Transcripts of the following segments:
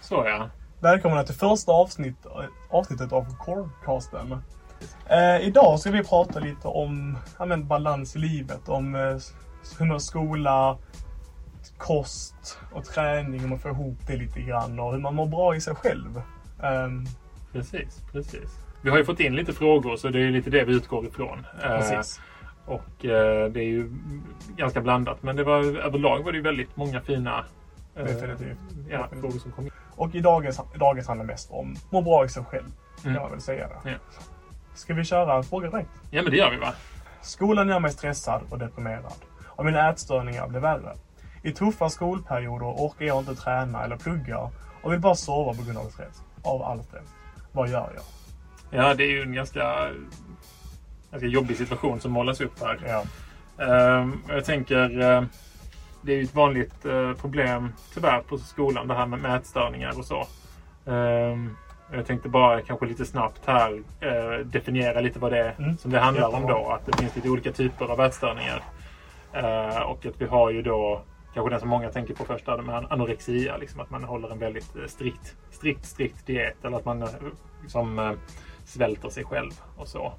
Så ja. Välkomna till första avsnittet av Corecasten. Idag ska vi prata lite om balans i livet, om skola, kost och träning, om man får ihop det lite grann och hur man mår bra i sig själv. Precis. Vi har ju fått in lite frågor, så det är lite det vi utgår ifrån. Precis. Och det är ju ganska blandat, men överlag var det ju väldigt många fina frågor som kom in. Och i dagens handlar mest om må bra i sig själv, kan man väl säga det. Ja. Ska vi köra frågor direkt? Ja, men det gör vi, va? Skolan gör mig stressad och deprimerad. Och mina ätstörningar blir värre. I tuffa skolperioder orkar jag inte träna eller plugga och vill bara sova på grund av all stress. Vad gör jag? Ja, det är ju en ganska jobbig situation som målas upp här. Ja. Jag tänker, det är ju ett vanligt problem tyvärr på skolan, det här med ätstörningar och så. Jag tänkte bara kanske lite snabbt här definiera lite vad det är som det handlar om då. Att det finns lite olika typer av ätstörningar. Och att vi har ju då kanske den som många tänker på först, med anorexia. Liksom att man håller en väldigt strikt diet. Eller att man liksom svälter sig själv och så.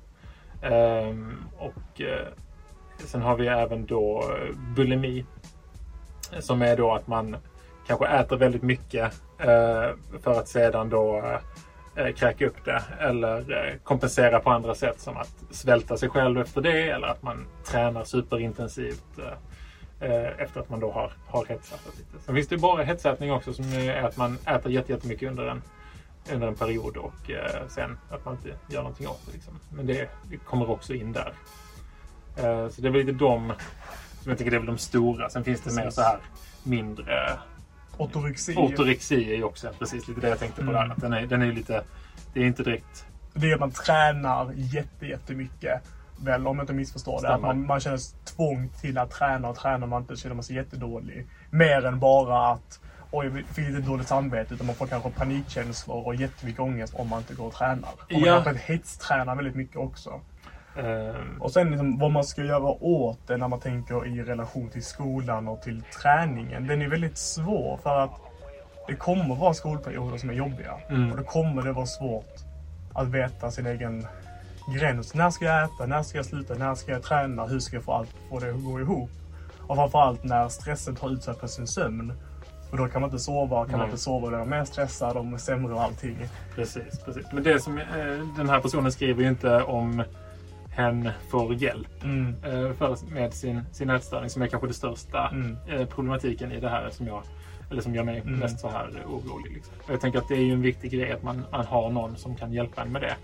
Sen har vi även då bulimi. Som är då att man kanske äter väldigt mycket för att sedan då kräka upp det. Eller kompensera på andra sätt, som att svälta sig själv efter det. Eller att man tränar superintensivt efter att man då har hetsätat lite. Sen finns det bara hetsätning också, som är att man äter jättemycket under en period och sen att man inte gör någonting åt det. Liksom. Men det kommer också in där. Så det är väl lite de som jag tycker det är väl de stora. Sen finns det mer så här mindre. Ortorexi är ju också precis lite det jag tänkte på där. Att den är ju lite, det är inte direkt. Det är att man tränar jättemycket. Väl, om jag inte missförstår det. Att man känner tvång till att träna, och tränar man inte känner man sig jättedålig. Mer än bara att jag fick lite dåligt samvete, utan man får kanske panikkänslor och jättemycket ångest om man inte går och tränar. Och man kanske hetstränar väldigt mycket också. Och sen liksom, vad man ska göra åt det när man tänker i relation till skolan och till träningen. Den är väldigt svår, för att det kommer vara skolperioder som är jobbiga. Och då kommer det vara svårt att veta sin egen gräns. När ska jag äta? När ska jag sluta? När ska jag träna? Hur ska jag få det att gå ihop? Och framförallt när stressen tar ut sig på sin sömn. Och då kan man inte sova. Kan man inte sova, då är man mer stressad och sämre och allting. Precis. Men det som den här personen skriver ju inte om hen får hjälp med sin ätstörning, som är kanske det största problematiken i det här, som gör mig mest så här orolig. Liksom. Jag tänker att det är ju en viktig grej att man har någon som kan hjälpa en med det.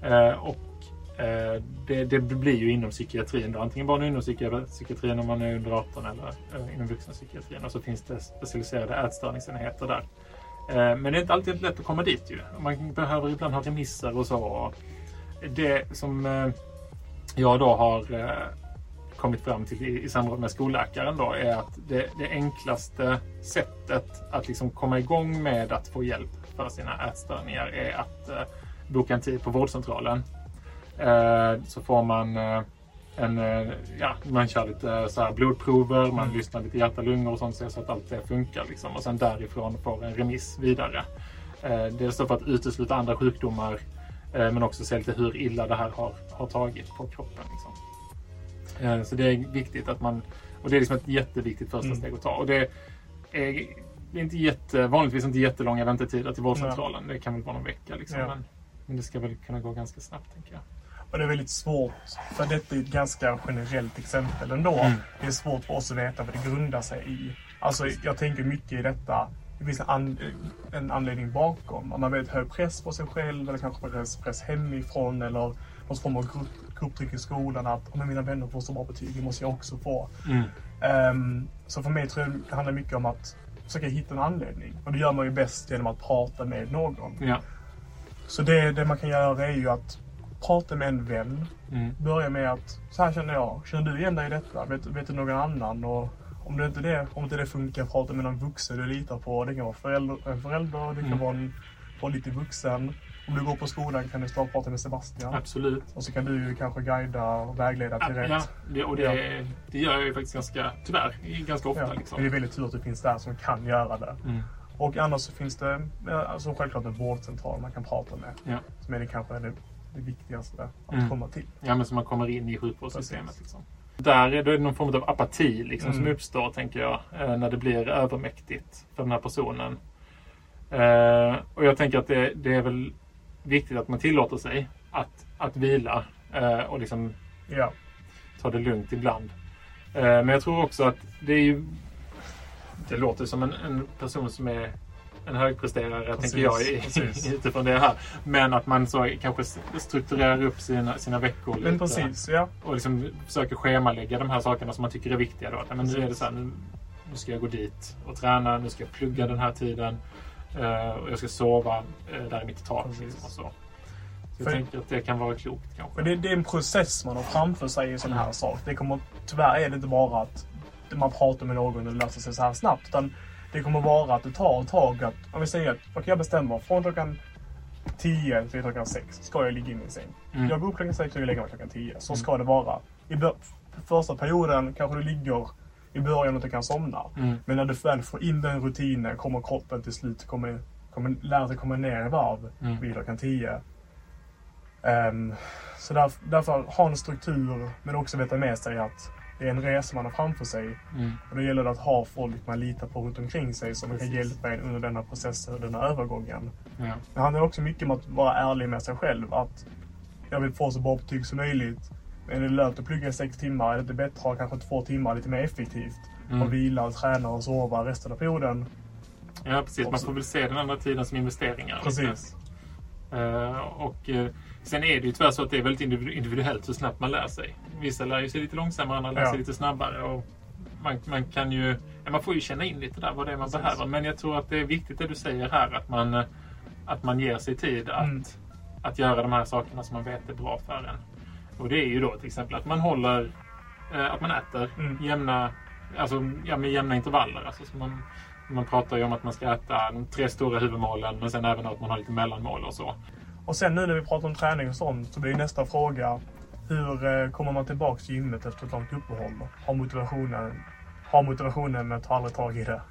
Det blir ju inom psykiatrin då, antingen bara inom psykiatrin om man är under 18 eller inom vuxenpsykiatrin, och så finns det specialiserade ätstörningsenheter där. Men det är inte alltid lätt att komma dit ju. Man behöver ibland ha remisser och så. Och det som jag då har kommit fram till i samråd med skolläkaren då, är att det enklaste sättet att liksom komma igång med att få hjälp för sina ätstörningar är att boka en tid på vårdcentralen. Så får man man kör lite så här blodprover, man lyssnar lite hjärta-lungor och sånt, så att allt det funkar liksom. Och sen därifrån får en remiss vidare. Det står för att utesluta andra sjukdomar, men också se lite hur illa det här har tagit på kroppen liksom. Så det är viktigt att man, och det är liksom ett jätteviktigt första steg att ta. Och det är vanligtvis inte jättelånga väntetider till vårdcentralen. Det kan väl vara någon vecka liksom, men det ska väl kunna gå ganska snabbt, tänker jag. Och det är väldigt svårt, för detta är ett ganska generellt exempel ändå. Det är svårt för oss att veta vad det grundar sig i. Alltså jag tänker mycket i detta. Det finns en anledning bakom. Om man vet hög press på sig själv, eller kanske press hemifrån, eller någon form av grupptryck i skolan, att om mina vänner får så bra betyg, det måste jag också få. Så för mig tror jag det handlar mycket om att försöka hitta en anledning. Och det gör man ju bäst genom att prata med någon. Ja. Så det man kan göra är ju att prata med en vän. Börja med att, så här känner jag. Känner du igen dig i detta? Vet du någon annan? Och om inte det funkar, prata med någon vuxen du litar på. Det kan vara en förälder, det kan vara lite vuxen. Om du går på skolan kan du stå och prata med Sebastian. Absolut. Och så kan du ju kanske guida och vägleda till rätt. Ja, det gör jag ju faktiskt ganska ofta. Liksom. Det är väldigt tur att det finns där som kan göra det. Och annars så finns det alltså självklart en vårdcentral man kan prata med. Ja. Som är det kanske det viktigaste att komma till. Ja, men så man kommer in i sjukvårdssystemet. Liksom. Där är det någon form av apati liksom, som uppstår, tänker jag, när det blir övermäktigt för den här personen. Och jag tänker att det är väl viktigt att man tillåter sig att vila och liksom ta det lugnt ibland. Men jag tror också att det låter som en person som är en högpresterare, tänker jag, utifrån det här. Men att man så kanske strukturerar upp sina veckor lite. Men precis, ja. Och liksom försöker schemalägga de här sakerna som man tycker är viktiga. Då. Men nu är det så här, nu ska jag gå dit och träna, nu ska jag plugga den här tiden. Och jag ska sova där i mitt tak. Liksom, och så jag tänker att det kan vara klokt kanske. Men det är en process man har framför sig i sån här sak. Tyvärr är det inte bara att man pratar med någon och löser sig så här snabbt. Utan det kommer vara att det tar ett tag att, om vi säger att jag bestämmer från klockan 10 till klockan 6 ska jag ligga in i min säng. Jag går upp klockan 6 och jag lägger mig klockan 10. Så ska det vara. I första perioden kanske du ligger i början och du kan somna. Men när du väl får in den rutinen kommer kroppen till slut kommer lära sig komma ner i varv vid klockan 10. Så därför ha en struktur, men också veta med sig att det är en resa man har framför sig. Och då gäller det att ha folk man litar på runt omkring sig som kan hjälpa en under denna processen och denna övergången. Det handlar också mycket om att vara ärlig med sig själv. Att jag vill få så bra betyg som möjligt. Men är det lönt att plugga 6 timmar? Är det inte bättre att ha kanske 2 timmar lite mer effektivt? Och vila och träna och sova resten av perioden. Ja, precis. Man får väl se den andra tiden som investeringar. Precis. Sen är det ju tyvärr så att det är väldigt individuellt hur snabbt man lär sig. Vissa lär ju sig lite långsammare, andra lär sig lite snabbare. Och man får ju känna in lite där vad det är man behöver. Men jag tror att det är viktigt det du säger här, att man ger sig tid att göra de här sakerna som man vet är bra för en. Och det är ju då till exempel att man att man äter med jämna intervaller. Alltså, så man pratar ju om att man ska äta de 3 stora huvudmålen, men sen även att man har lite mellanmål och så. Och sen nu när vi pratar om träning och sånt så blir nästa fråga: hur kommer man tillbaka till gymmet efter ett långt uppehåll? Har motivationen men tar aldrig tag i det?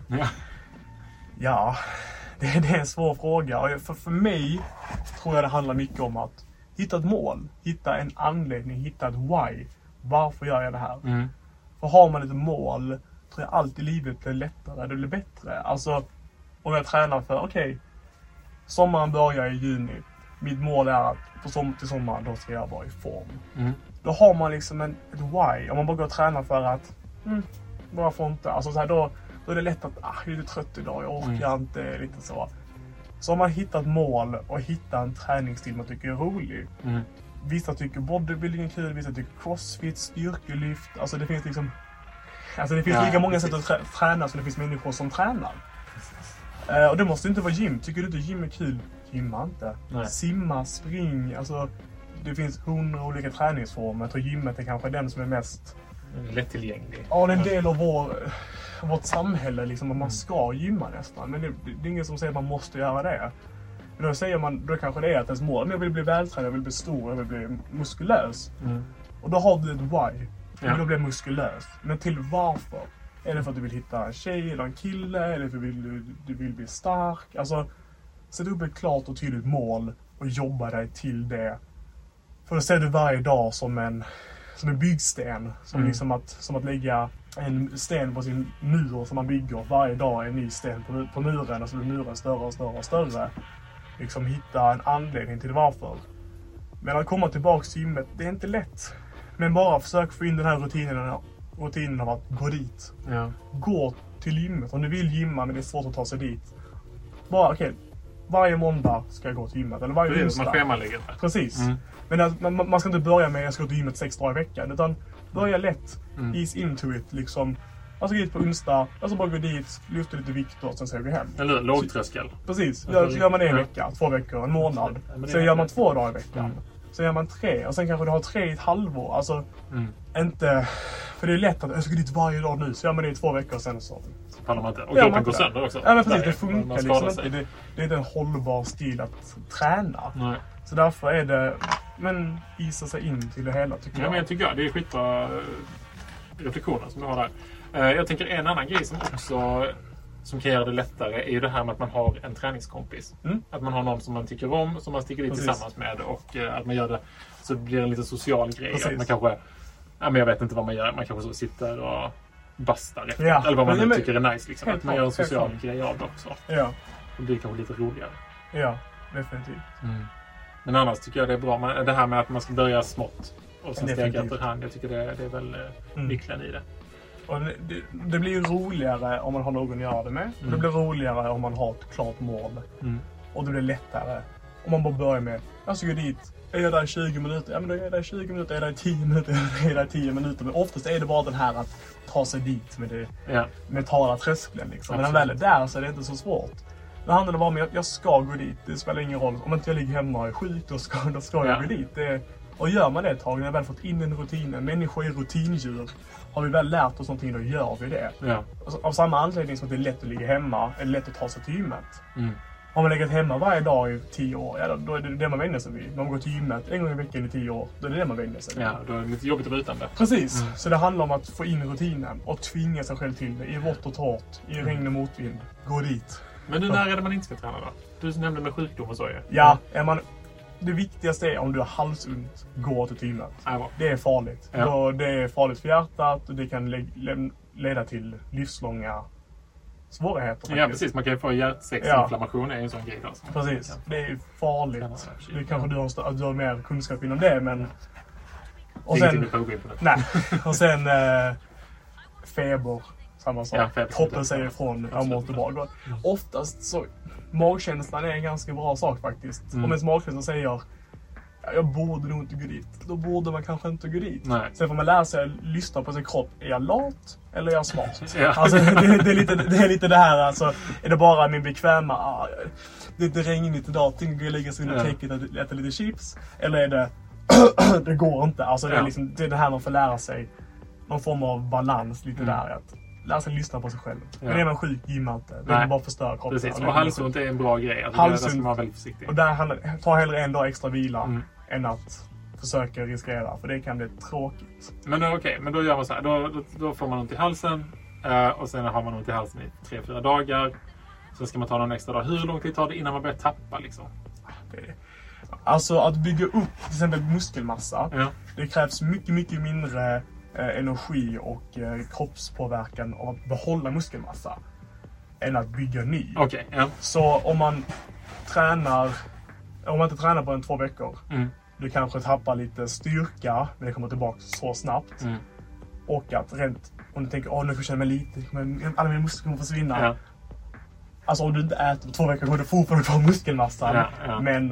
Ja, det är en svår fråga. Och för mig tror jag det handlar mycket om att hitta ett mål, hitta en anledning, hitta ett why. Varför gör jag det här? För har man ett mål tror jag allt i livet blir lättare, det blir bättre. Alltså, om jag tränar för, sommaren börjar i juni. Mitt mål är att till sommaren då ska jag vara i form. Då har man liksom ett why. Om man bara går och tränar för att varför inte? Alltså så här, då är det lätt att jag är lite trött idag, jag orkar inte, lite så. Så har man hittat mål och hittat en träningsstil man tycker är rolig. Vissa tycker bodybuilding är kul, vissa tycker crossfit, styrkelyft. Alltså det finns lika många sätt att träna som det finns människor som tränar. Och det måste inte vara gym. Tycker du inte gym är kul? Gymma inte. Nej. Simma, spring. Alltså, det finns 100 olika träningsformer. Jag tror gymmet är kanske den som är mest lättillgänglig. Ja, det är en del av vårt samhälle. Liksom, man ska gymma nästan. Men det är ingen som säger att man måste göra det. Men då säger man, då kanske det är att ens mål. Men jag vill bli vältränad, jag vill bli stor, jag vill bli muskulös. Och då har du ett why. Du vill bli muskulös. Men till varför? Är det för att du vill hitta en tjej eller en kille? Eller för att du vill bli stark? Alltså, sätt upp ett klart och tydligt mål och jobba dig till det. För då ser du varje dag som en byggsten. Som att lägga en sten på sin mur som man bygger. Varje dag är en ny sten på muren. Och så blir muren större och större och större. Liksom hitta en anledning till varför. Men att komma tillbaka till gymmet, det är inte lätt. Men bara försök få in den här rutinen av att gå dit. Ja. Gå till gymmet. Om du vill gymma men det är svårt att ta sig dit. Bara varje måndag ska jag gå till gymmet. Eller varje onsdag. Man schemalägger det. Precis. Men man ska inte börja med att jag ska gå till gymmet 6 dagar i veckan. Utan börja lätt. Ease into it. Liksom. Jag ska dit på onsdag. Jag ska bara gå dit, lyfta lite vikt och sen ska jag gå hem. Eller lågtröskel. Precis. Så gör man det en vecka, 2 veckor, en månad. Sen gör man 2 dagar i veckan. Sen gör man 3. Och sen kanske du har 3 i ett halvår. Alltså, inte... För det är lätt att jag ska dit varje dag nu. Så gör man det i 2 veckor och sen så... Pallar man inte. Och kroppen går sönder också. Ja, men precis. Det funkar liksom inte. Det är inte en hållbar stil att träna. Nej. Så därför är det... Men isa sig in till det hela, tycker jag. Ja, men jag tycker det är skitbra reflektioner som du har där. Jag tänker en annan grej som också som kan göra det lättare är ju det här med att man har en träningskompis. Att man har någon som man tycker om, som man sticker dit tillsammans med, och att man gör det så blir det en lite social grej. Att man kanske, men jag vet inte vad man gör, man kanske så sitter och bastar efter, eller vad man nu tycker är nice. Liksom. Att man gör en social grej av det också. Ja. Det blir kanske lite roligare. Ja, definitivt. Men annars tycker jag det är bra. Det här med att man ska börja smått och sen stega efterhand. Jag tycker det är väl nyckeln i det. Och det blir ju roligare om man har någon att göra det med. Det blir roligare om man har ett klart mål. Och det blir lättare om man bara börjar med, jag ska gå dit. Är jag där i 20 minuter? Ja, men då är jag där i 20 minuter. Är jag där i 10 minuter? Är jag där i 10 minuter? Men oftast är det bara den här att ta sig dit med det mentala tröskeln. Liksom. Men när väl är där så är det inte så svårt. Det handlar bara om att jag ska gå dit. Det spelar ingen roll. Om inte jag ligger hemma och är sjuk, då ska jag gå dit. Och gör man det ett tag, när jag väl fått in en rutin, en människa är rutindjur. Har vi väl lärt oss någonting, då gör vi det. Ja. Av samma anledning som att det är lätt att ligga hemma, är det lätt att ta sig till gymmet. Har man legat hemma varje dag i 10 år, ja, då är det det man vänjer sig vid. När man går till gymmet en gång i veckan i 10 år, då är det det man vänjer sig vid. Ja, då är det lite jobbigt att vara utan det. Precis. Så det handlar om att få in rutinen och tvinga sig själv till det. I vått och torrt, i regn och motvind. Gå dit. Men när är det man inte ska träna då? Du nämnde med sjukdom och så ju. Ja, det viktigaste är om du har halsont, gå till gymmet. Det är farligt. Det är farligt för hjärtat och det kan leda till livslånga svårigheter. Faktiskt. Ja, precis. Man kan ju få hjärtsäcksinflammation, är en sån grej. Precis. Det är farligt. Det kanske du har mer kunskap inom det, men... Och sen... Nej. Och sen... feber. Samma sak. Kroppen säger ifrån, jag mår inte bra. Oftast så... Magkänslan är en ganska bra sak faktiskt. Om ens magkänsla säger... Jag borde nog inte gå dit. Då borde man kanske inte gå dit. Nej. Sen får man lära sig att lyssna på sin kropp. Är jag lat eller är jag smart? Ja. Alltså, det är lite det här. Alltså, är det bara min bekväma... det är regnigt idag. Tänker jag lägga sig under täcket och äta lite chips? Eller är det... det går inte. Alltså, det är det här man får lära sig. Någon form av balans lite där. Att lära sig lyssna på sig själv. Men är man sjuk, gymma inte. Det är bara förstöra kroppen. Precis. Och halsont är en bra grej. Alltså, där ska man vara väldigt försiktig. Och där ta hellre en dag extra vila än att försöka riskera. För det kan bli tråkigt. Men okej, men då gör man så här. Då får man ont i halsen. Och sen har man ont i halsen i 3-4 dagar. Sen ska man ta någon extra dag. Hur lång tid tar det innan man börjar tappa liksom? Alltså att bygga upp till exempel muskelmassa. Det krävs mycket, mycket mindre energi och kroppspåverkan av att behålla muskelmassa än att bygga ny. Så om man inte tränar på 2 veckor, du kanske tappar lite styrka, men det kommer tillbaka så snabbt. Och att om du tänker, nu får jag känna mig lite, alla mina muskler kommer försvinna. Alltså om du inte äter på 2 veckor kommer du fortfarande kvar muskelmassan. Men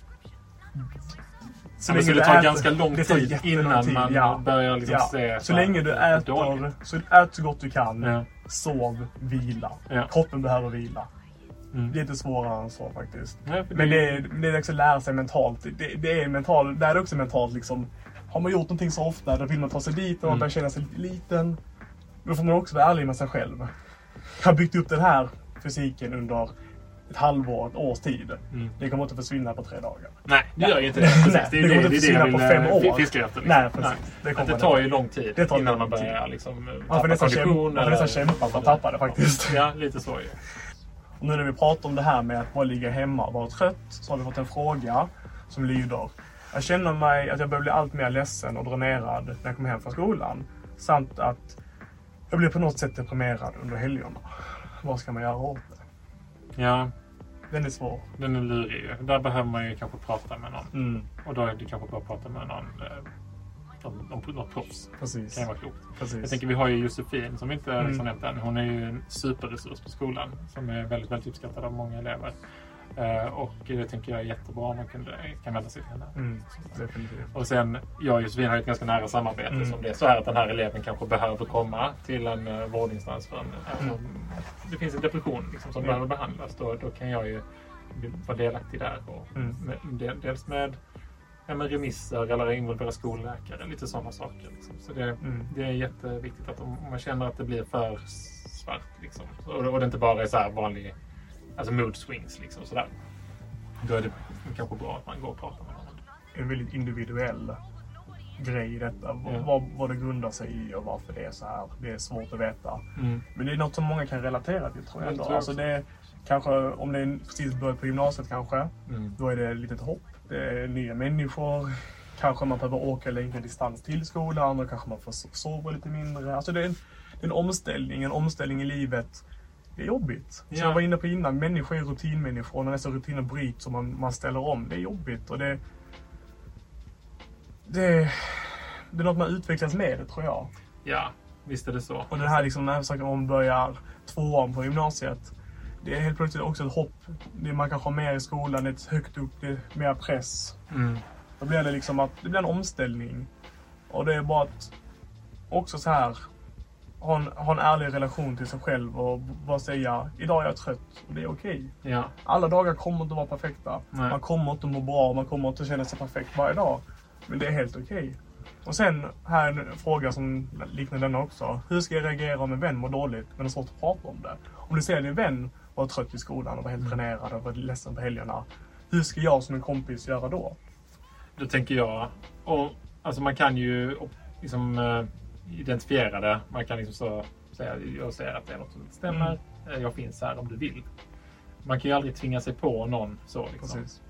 så länge det tar ganska lång tid innan man börjar liksom se... Så länge du äter, så gott du kan, sov, vila. Kroppen behöver vila. Det är inte svårare än så faktiskt. Men det är också att lära sig mentalt. Det är mentalt, där är det också mentalt liksom. Har man gjort någonting så ofta, då vill man ta sig dit och man börjar känna sig lite liten. Då får man också vara ärlig med sig själv. Jag har byggt upp den här fysiken under ett halvår, ett års tid. Det kommer inte försvinna på 3 dagar. Nej, det gör ju inte det. Nej, det kommer inte försvinna på 5 år. Fiska efter, liksom. Nej, precis. Det tar ju lång tid innan man börjar liksom, man får nästan kämpa för att tappa det faktiskt. Ja, lite så ju. Och nu när vi pratar om det här med att bara ligga hemma och vara trött, så har vi fått en fråga som lyder: jag känner mig att jag börjar bli allt mer ledsen och dränerad när jag kommer hem från skolan. Samt att jag blir på något sätt deprimerad under helgerna. Vad ska man göra åt det? Ja. Den är svår. Den är lurig ju. Där behöver man ju kanske prata med någon. Och då är det kanske bara att prata med någon något proffs. Precis. Kan vara klokt. Precis. Jag tänker vi har ju Josefin som inte liksom nämnt än. Hon är ju en superresurs på skolan som är väldigt, väldigt uppskattad av många elever. Och det tänker jag är jättebra om man kan vända sig till henne. Definitivt. Och sen, jag och Josefin har ett ganska nära samarbete som det är så här att den här eleven kanske behöver komma till en vårdinstans för det finns en depression liksom, som behöver behandlas. Då kan jag ju vara delaktig där. Och dels med remisser eller involvera skolläkare, lite sådana saker. Liksom. Så det är jätteviktigt att om man känner att det blir för svart liksom, och det inte bara är så här vanlig mood swings liksom sådär. Då är det kanske bra att man går och pratar med någon. En väldigt individuell grej i detta. Vad det grundar sig i och varför det är så här. Det är svårt att veta. Men det är något som många kan relatera till, tror jag ändå. Alltså det är, kanske, om det är precis börjat på gymnasiet kanske, då är det lite hopp. Det är nya människor. Kanske man behöver åka längre distans till skolan och kanske man får sova lite mindre. Alltså det är en omställning i livet. Det är jobbigt. Så jag var inne på innan, människor är rutinmänniskor. När dessa rutiner bryts och man ställer om, det är jobbigt. Och det är något man utvecklas med, det tror jag. Ja, visst är det så. Och det här liksom, när jag försöker ombörja 2 på gymnasiet, det är helt plötsligt också ett hopp. Man kanske har mer i skolan, det är högt upp, det är mer press. Då blir det liksom att det blir en omställning. Och det är bara att också så här ha en ärlig relation till sig själv och bara säga, idag är jag trött och det är okej. Ja. Alla dagar kommer inte att vara perfekta. Nej. Man kommer inte att må bra, man kommer inte att känna sig perfekt varje dag. Men det är helt okej. Och sen här är en fråga som liknar denna också. Hur ska jag reagera om en vän mår dåligt men det är svårt att prata om det? Om du ser att din vän var trött i skolan och var helt dränerad och var ledsen på helgerna. Hur ska jag som en kompis göra då? Då tänker jag, alltså man kan ju liksom identifiera det. Man kan liksom så säga, jag säger att det är något som inte stämmer. Jag finns här om du vill. Man kan ju aldrig tvinga sig på någon så liksom. Precis.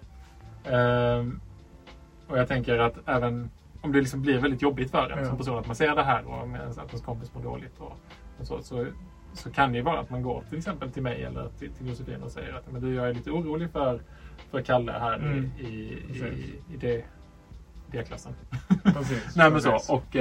Och jag tänker att även om det liksom blir väldigt jobbigt för en som person att man ser det här och att ens kompis mår dåligt och så kan det ju vara att man går till exempel till mig eller till Josefin och säger att men jag är lite orolig för Kalle här i D-klassen. Precis. Nej men så. Och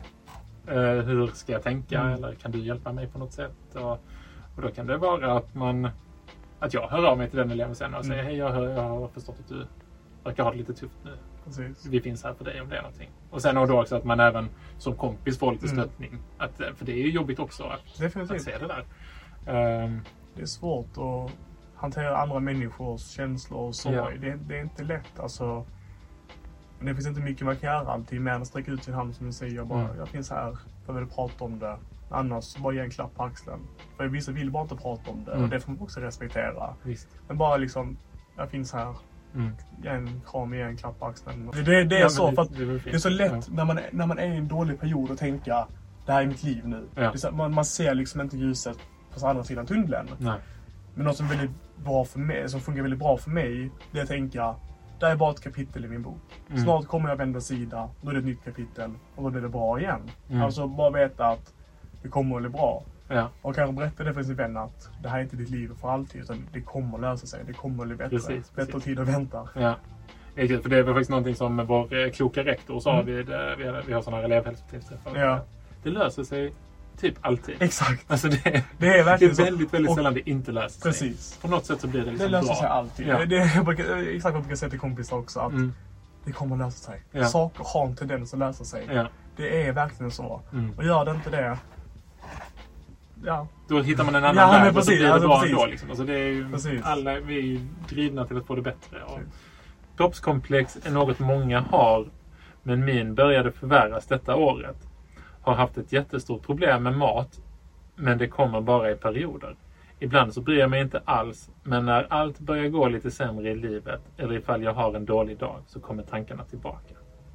hur ska jag tänka? Eller kan du hjälpa mig på något sätt? Och då kan det vara att jag hör av mig till den eleven sen och säger hej, jag har förstått att du verkar ha det lite tufft nu. Precis. Vi finns här för dig om det är någonting. Och sen då också att man även som kompis får lite stöttning. För det är ju jobbigt också att se det där. Det är svårt att hantera andra människors känslor och sorg. Ja. Det är inte lätt. Alltså, det finns inte mycket man kan göra alltid. Men att sträcka ut sin hand som du säger. Jag finns här, jag vill prata om det. Annars bara ge en klapp på axeln. För vissa vill bara inte prata om det. Och det får man också respektera. Visst. Men bara liksom, jag finns här. Ge en kram, ge en klapp på axeln. Det är så, för att det är så lätt när man är i en dålig period att tänka, det här är mitt liv nu. Ja. Det är så, man ser liksom inte ljuset på andra sidan tunneln. Nej. Men något som är väldigt bra för mig, som fungerar väldigt bra för mig, det är att tänka, det är bara ett kapitel i min bok. Snart kommer jag vända sida, då är det ett nytt kapitel och då blir det bra igen. Alltså bara veta att det kommer att bli bra. Ja. Och kanske berätta det för sin vän att det här är inte ditt liv för alltid, utan det kommer att lösa sig. Det kommer att bli bättre. Precis. Bättre tid att vänta. Ja. För det var faktiskt någonting som vår kloka rektor sa vi har sådana här elevhälsotillsträffar. Ja. Det löser sig typ alltid. Exakt. Alltså det är väldigt, väldigt sällan det inte löser sig. Precis. På något sätt så blir det liksom bra. Det löser bra. sig alltid. Ja. Det är exakt vad jag brukar säga till kompisar också. Att det kommer att lösa sig. Ja. Saker har en tendens att lösa sig. Ja. Det är verkligen så. Och gör det inte det, ja. Då hittar man en annan väg och så blir det bra ändå. Liksom. Alltså det är ju, vi är ju drivna till att få det bättre. Kroppskomplex är något många har, men min började förvärras detta året. Har haft ett jättestort problem med mat, men det kommer bara i perioder. Ibland så bryr jag mig inte alls, men när allt börjar gå lite sämre i livet eller ifall jag har en dålig dag så kommer tankarna tillbaka.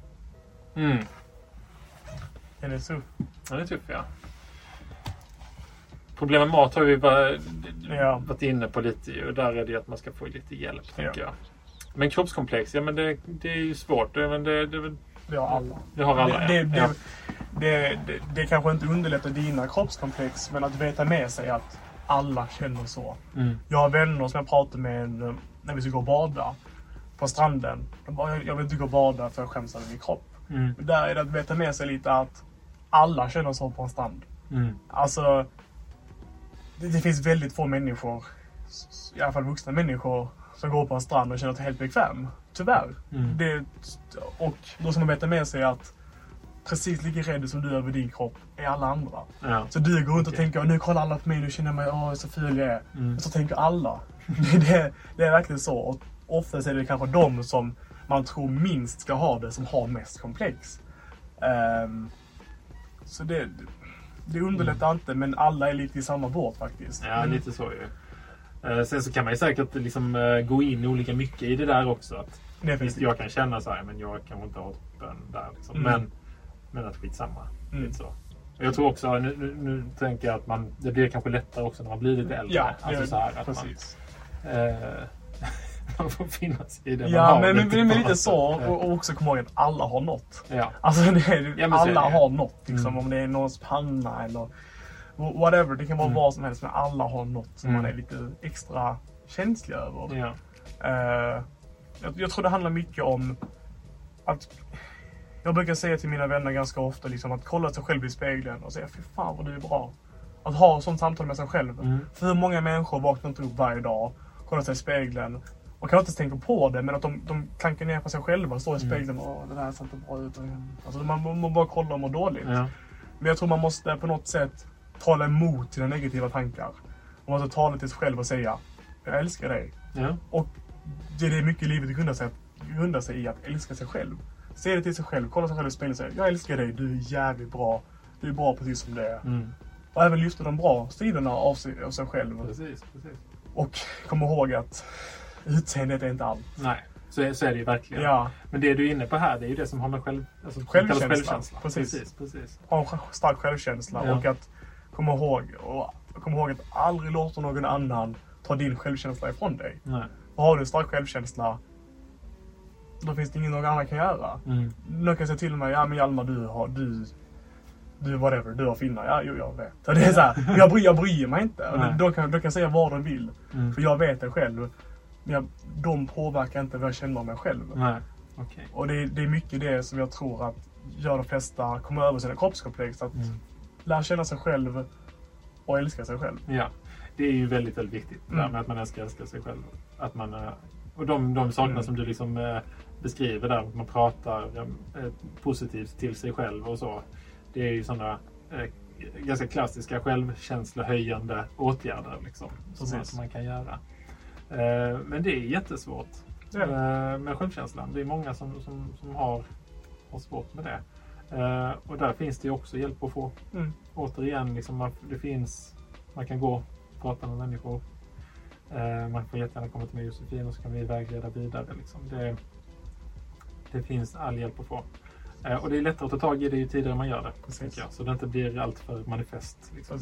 Är det tuff? Ja, det är tuff, ja. Problem med mat har vi varit inne på lite och där är det att man ska få lite hjälp, tänker jag. Men kroppskomplex, men det är ju svårt. Men det har alla. Det har alla, det kanske inte underlättar dina kroppskomplex, men att veta med sig att alla känner så. Jag har vänner som jag pratar med när vi ska gå och bada på stranden. De bara, jag vill inte gå och bada för jag skäms över min kropp. Men där är det att veta med sig lite att alla känner så på en strand. Alltså, det finns väldigt få människor, i alla fall vuxna människor, som går på en strand och känner sig helt bekväm. Tyvärr. Och då ska man veta med sig att precis lika rädd som du över din kropp är alla andra. Ja. Så du går runt och tänker, nu kollar alla på mig, nu känner jag mig, så ful jag är. Så tänker alla. Det är verkligen så. Och oftast är det kanske de som man tror minst ska ha det som har mest komplex. Så det underlättar inte, men alla är lite i samma båt faktiskt. Ja, lite så ju. Sen så kan man ju säkert liksom gå in olika mycket i det där också. Att jag kan känna så här, men jag kan inte ha toppen där. Liksom. Men Men att skitsamma. Lite så. Jag tror också, nu tänker jag att det blir kanske lättare också när man blir lite äldre. Ja, alltså så här, att precis. Man får finna sig i det. Ja, men lite så. Och också komma ihåg att alla har något. Ja. Alltså alla har något. Liksom, Mm. Om det är någons panna eller whatever. Det kan vara vad som helst. Men alla har något som man är lite extra känslig över. Ja. Jag tror det handlar mycket om att... Jag brukar säga till mina vänner ganska ofta liksom, att kolla sig själv i spegeln och säga fy fan vad du är bra. Att ha sånt samtal med sig själv. För hur många människor vaknar inte upp varje dag, kollar sig i spegeln och kan inte tänka på det, men att de klankar ner på sig själva och står i spegeln och det där ser inte bra ut. Alltså man bara kollar och mår dåligt. Ja. Men jag tror man måste på något sätt tala emot sina negativa tankar. Man måste tala till sig själv och säga jag älskar dig. Ja. Och det är mycket i livet grundar sig i att älska sig själv. Se det till sig själv, kolla sig själv i spegeln och säga jag älskar dig, du är jävligt bra. Du är bra precis som det är. Och även lyfta de bra sidorna av sig själv. Precis. Och kom ihåg att utseendet är inte allt. Nej, så är det ju verkligen. Ja. Men det du är inne på här, det är ju det som har med självkänsla. Precis. Ha en stark självkänsla. Ja. Och att komma ihåg att aldrig låta någon annan ta din självkänsla ifrån dig. Nej. Och har du en stark självkänsla, då finns det ingen någon annan kan göra. Någon kan säga till mig, ja men Hjalmar du whatever, du har finnar. Ja, jo, jag vet. Så det är så här, jag bryr mig inte. Och då kan jag säga vad de vill. För jag vet det själv. Men de påverkar inte vad jag känner om mig själv. Nej. Okay. Och det är mycket det som jag tror att gör de flesta kommer över sina kroppskomplex. Att lära känna sig själv och älska sig själv. Ja, det är ju väldigt, väldigt viktigt. Det där med att man älskar sig själv. Att man, och de sakerna som du liksom beskriver där, att man pratar positivt till sig själv och så. Det är ju sådana ganska klassiska självkänslehöjande åtgärder liksom, som man kan göra. Men det är jättesvårt med självkänslan. Det är många som har svårt med det. Och där finns det ju också hjälp att få. Återigen, liksom, man kan gå och prata med människor. Man får jättegärna komma till mig Josefin och så kan vi vägleda vidare. Liksom. Det finns all hjälp att få. Och det är lättare att ta tag i det ju tidigare man gör det. Så det inte blir allt för manifest. Liksom,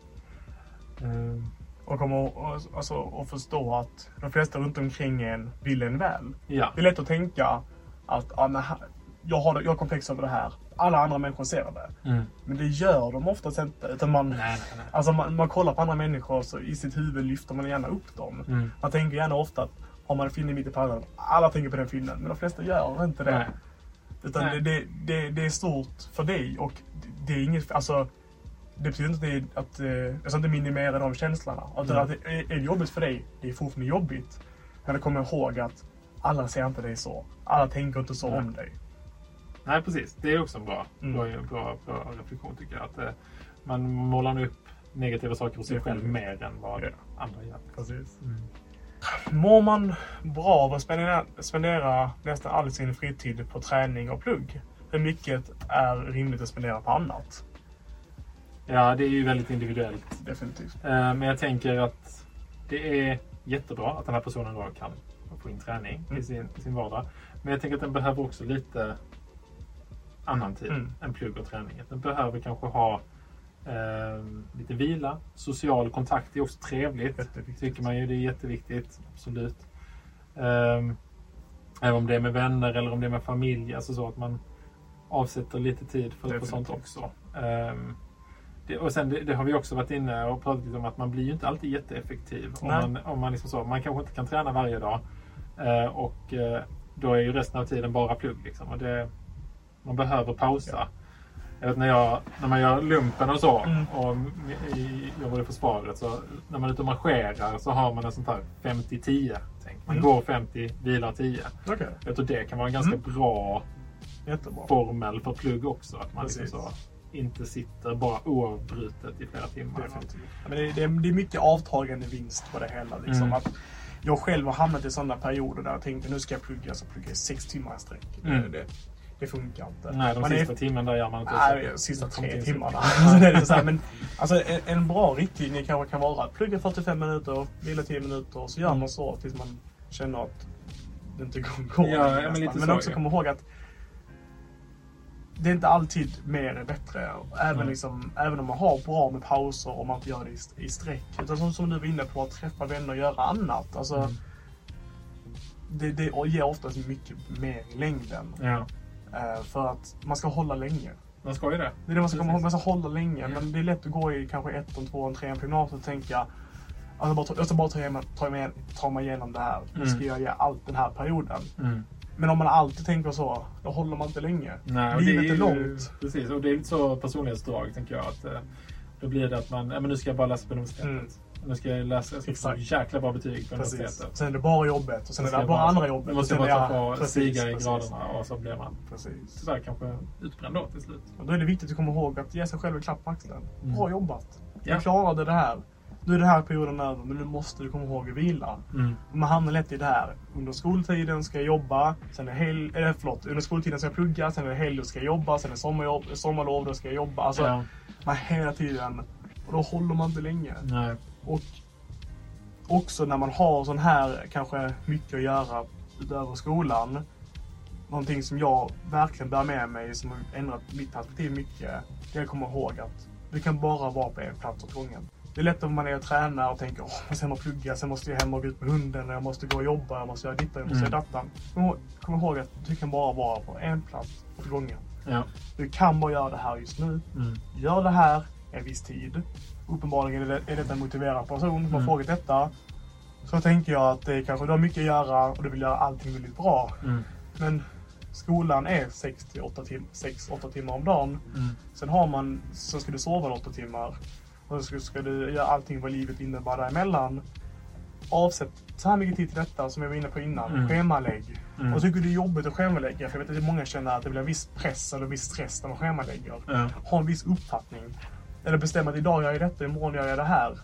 och förstå att de flesta runt omkring en vill en väl. Ja. Det är lätt att tänka att jag har komplex över det här. Alla andra människor ser det. Men det gör de oftast inte. Utan man kollar på andra människor så i sitt huvud lyfter man gärna upp dem. Man tänker gärna ofta att har man en finne mitt i pannan, alla tänker på den finnen. Men de flesta gör inte det. Nej. Utan det är stort för dig och det är inget, alltså det betyder inte att jag ska inte minimera de känslorna. Att är det jobbigt för dig, det är fortfarande jobbigt. Men kom ihåg att alla ser inte dig så. Alla tänker inte så om dig. Nej, precis. Det är också en bra reflektion tycker jag. Att man målar upp negativa saker hos sig själv mer än vad andra gör. Precis. Mår man bra av att spendera nästan all sin fritid på träning och plugg? Hur mycket är rimligt att spendera på annat? Ja, det är ju väldigt individuellt. Definitivt. Men jag tänker att det är jättebra att den här personen då kan få in träning i sin vardag. Men jag tänker att den behöver också lite annan tid än plugg och träning. Den behöver kanske ha lite vila. Social kontakt är också trevligt. Tycker man ju, det är jätteviktigt. Absolut. Även om det är med vänner eller om det är med familj. Alltså så att man avsätter lite tid för sånt också. Och sen det har vi också varit inne och pratat lite om att man blir ju inte alltid jätteeffektiv. Om man liksom så. Man kanske inte kan träna varje dag. Och då är ju resten av tiden bara plugg. Liksom. Och man behöver pausa. Ja. Jag vet när man gör lumpen och så och jobbar i försvaret så när man är ute och marscherar så har man en sån här 50-10 tänk. Man går 50, vilar 10. Okay. Jag tror det kan vara en ganska bra formel för plugg också. Att man liksom så inte sitter bara oavbrutet i flera timmar. Men det är mycket avtagande vinst på det hela. Liksom. Att jag själv har hamnat i sådana perioder där jag tänkte nu ska jag plugga, så pluggar jag 6 timmar i sträck. Det funkar inte. Nej, de sista timmarna där gör man inte. Nej, de sista 3 timmarna. Alltså, det är så här, men alltså, en bra riktlinje kanske kan vara att plugga 45 minuter, vila 10 minuter och så gör man så tills man känner att det inte går. Ja, men också komma ihåg att det är inte alltid mer är bättre. Även om man har bra med pauser och man inte gör det i sträck. Utan som du var inne på, att träffa vänner och göra annat. Alltså, det ger oftast mycket mer i längden. Ja. För att man ska hålla länge. Man ska ju det. Det är det man ska hålla länge. Men det är lätt att gå i kanske 1, 2, 3 på gymnasiet och tänka jag ska bara ta mig igenom det här. Nu ska jag göra allt den här perioden. Men om man alltid tänker så, då håller man inte länge. Nej, livet är långt. Precis, och det är lite så personlighetsdrag, tänker jag. Att, då blir det att man, men nu ska jag bara läsa på universitetet. Nu ska jag få jäkla bra betyg på universitetet. Sen är det bara jobbet och sen är det bara andra jobbet. Man måste bara få stiga i graderna och så blir man tyvärr kanske utbränd då till slut. Och då är det viktigt att komma ihåg att ge sig själv en klapp på axeln. Bra jobbat. Du klarade det här. Nu är det här perioden över, men nu måste du komma ihåg att vila. Man hamnar lätt i det här. Under skoltiden ska jag jobba, sen under skoltiden ska jag plugga, sen är det helg och ska jag jobba, sen är det sommarlov, då ska jag jobba. Alltså, man hela tiden, och då håller man inte länge. Nej. Och också när man har sån här kanske mycket att göra utöver skolan. Någonting som jag verkligen bär med mig, som har ändrat mitt perspektiv mycket, det är att komma ihåg att du kan bara vara på en plats åt gången. Det är lätt om man är och tränar och tänker, jag måste hem och plugga, sen måste jag hem och gå ut med hunden, jag måste gå och jobba, jag måste göra dittan, jag måste göra dattan. Kom ihåg att du kan bara vara på en plats åt gången. Ja. Du kan bara göra det här just nu. Gör det här en viss tid. Uppenbarligen är detta en motiverad person som har frågat detta. Så tänker jag att det kanske du har mycket att göra och du vill göra allting väldigt bra. Men skolan är 6-8 timmar om dagen. Sen ska du sova 8 timmar. Och så ska du göra allting vad livet innebär däremellan. Avsätt så här mycket tid till detta som jag var inne på innan. Schemalägg. Och tycker det är jobbigt att schemalägga. För jag vet att många känner att det blir en viss press eller en viss stress när man schemalägger. Ha en viss uppfattning. Eller bestämma att idag gör jag detta, imorgon gör jag det här.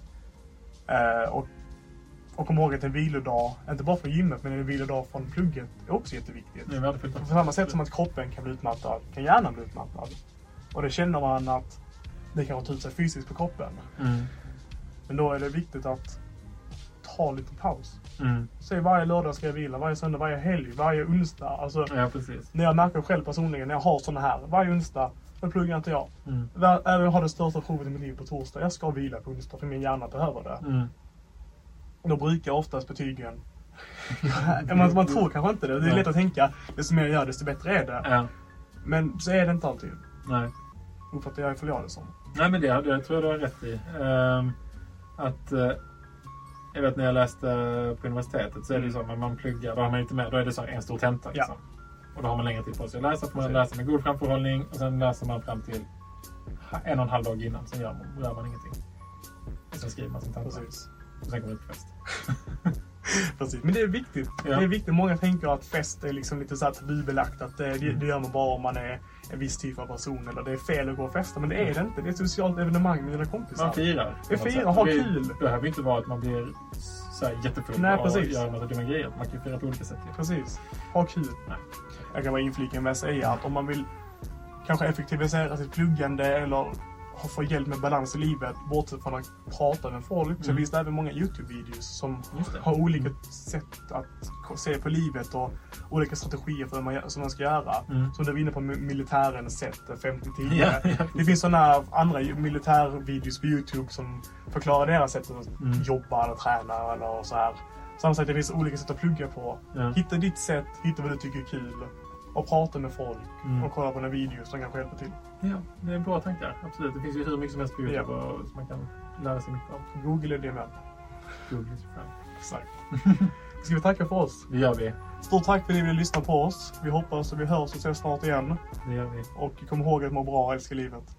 Och kom ihåg att en vilodag, inte bara från gymmet, men en vilodag från plugget är också jätteviktigt. På samma sätt som att kroppen kan bli utmattad, kan hjärnan bli utmattad. Och det känner man att det kan ta ut sig fysiskt på kroppen. Men då är det viktigt att ta lite paus. Säg varje lördag ska jag vila, varje söndag, varje helg, varje onsdag. Alltså, när jag märker själv personligen, när jag har såna här, varje onsdag, då pluggar inte jag. Även jag har det största provet i mitt liv på torsdag, jag ska vila på onsdag för min hjärna behöver det. Då brukar oftast betygen man tror kanske inte det. Det är lätt att tänka, desto mer jag gör, desto bättre är det. Men så är det inte alltid. Nej. Uppfattar jag ifall jag det som. Nej, men det tror jag du har rätt i. Jag vet när jag läste på universitetet så är det ju så, när man pluggar, då har man inte med, då är det så en stor tenta liksom. Och då har man längre tid på sig att läsa, för man läser med god framförhållning och sen läser man fram till 1,5 dag innan, sen gör man ingenting. Och sen skriver man sin tenta. Precis. Och sen kommer det till fest. Precis, men det är viktigt. Det är viktigt. Många tänker att fest är liksom lite så här tabubelagt, att det gör man bara om man är en viss typ av person, eller det är fel att gå och festa, men det är det inte. Det är ett socialt evenemang med dina kompisar. Man firar. Ha kul. Det behöver inte vara att man blir så här jättefull och gör en massa dumma grejer. Man kan fira på olika sätt. Precis. Ha kul. Nej. Jag kan bara inflika med att säga att om man vill kanske effektivisera sitt pluggande eller få hjälp med balans i livet, bortsett från att prata med folk, så finns det även många YouTube-videos som har olika sätt att se på livet och olika strategier för som man ska göra. Som du var inne på militärens sätt, 50-10. Det finns sådana andra militärvideos på YouTube som förklarar deras sätt att jobba eller träna eller så här. Samtidigt det finns olika sätt att plugga på. Hitta ditt sätt, hitta vad du tycker är kul. Och prata med folk och kolla på några videos som kan hjälpa till. Ja, det är bra tankar. Absolut. Det finns ju hur mycket som helst på YouTube som man kan lära sig mycket av. Google är det med. Google är så fram. Exakt. Ska vi tacka för oss? Det gör vi. Stort tack för att ni vill lyssna på oss. Vi hoppas att vi hörs och ses snart igen. Det gör vi. Och kom ihåg att må bra och älska livet.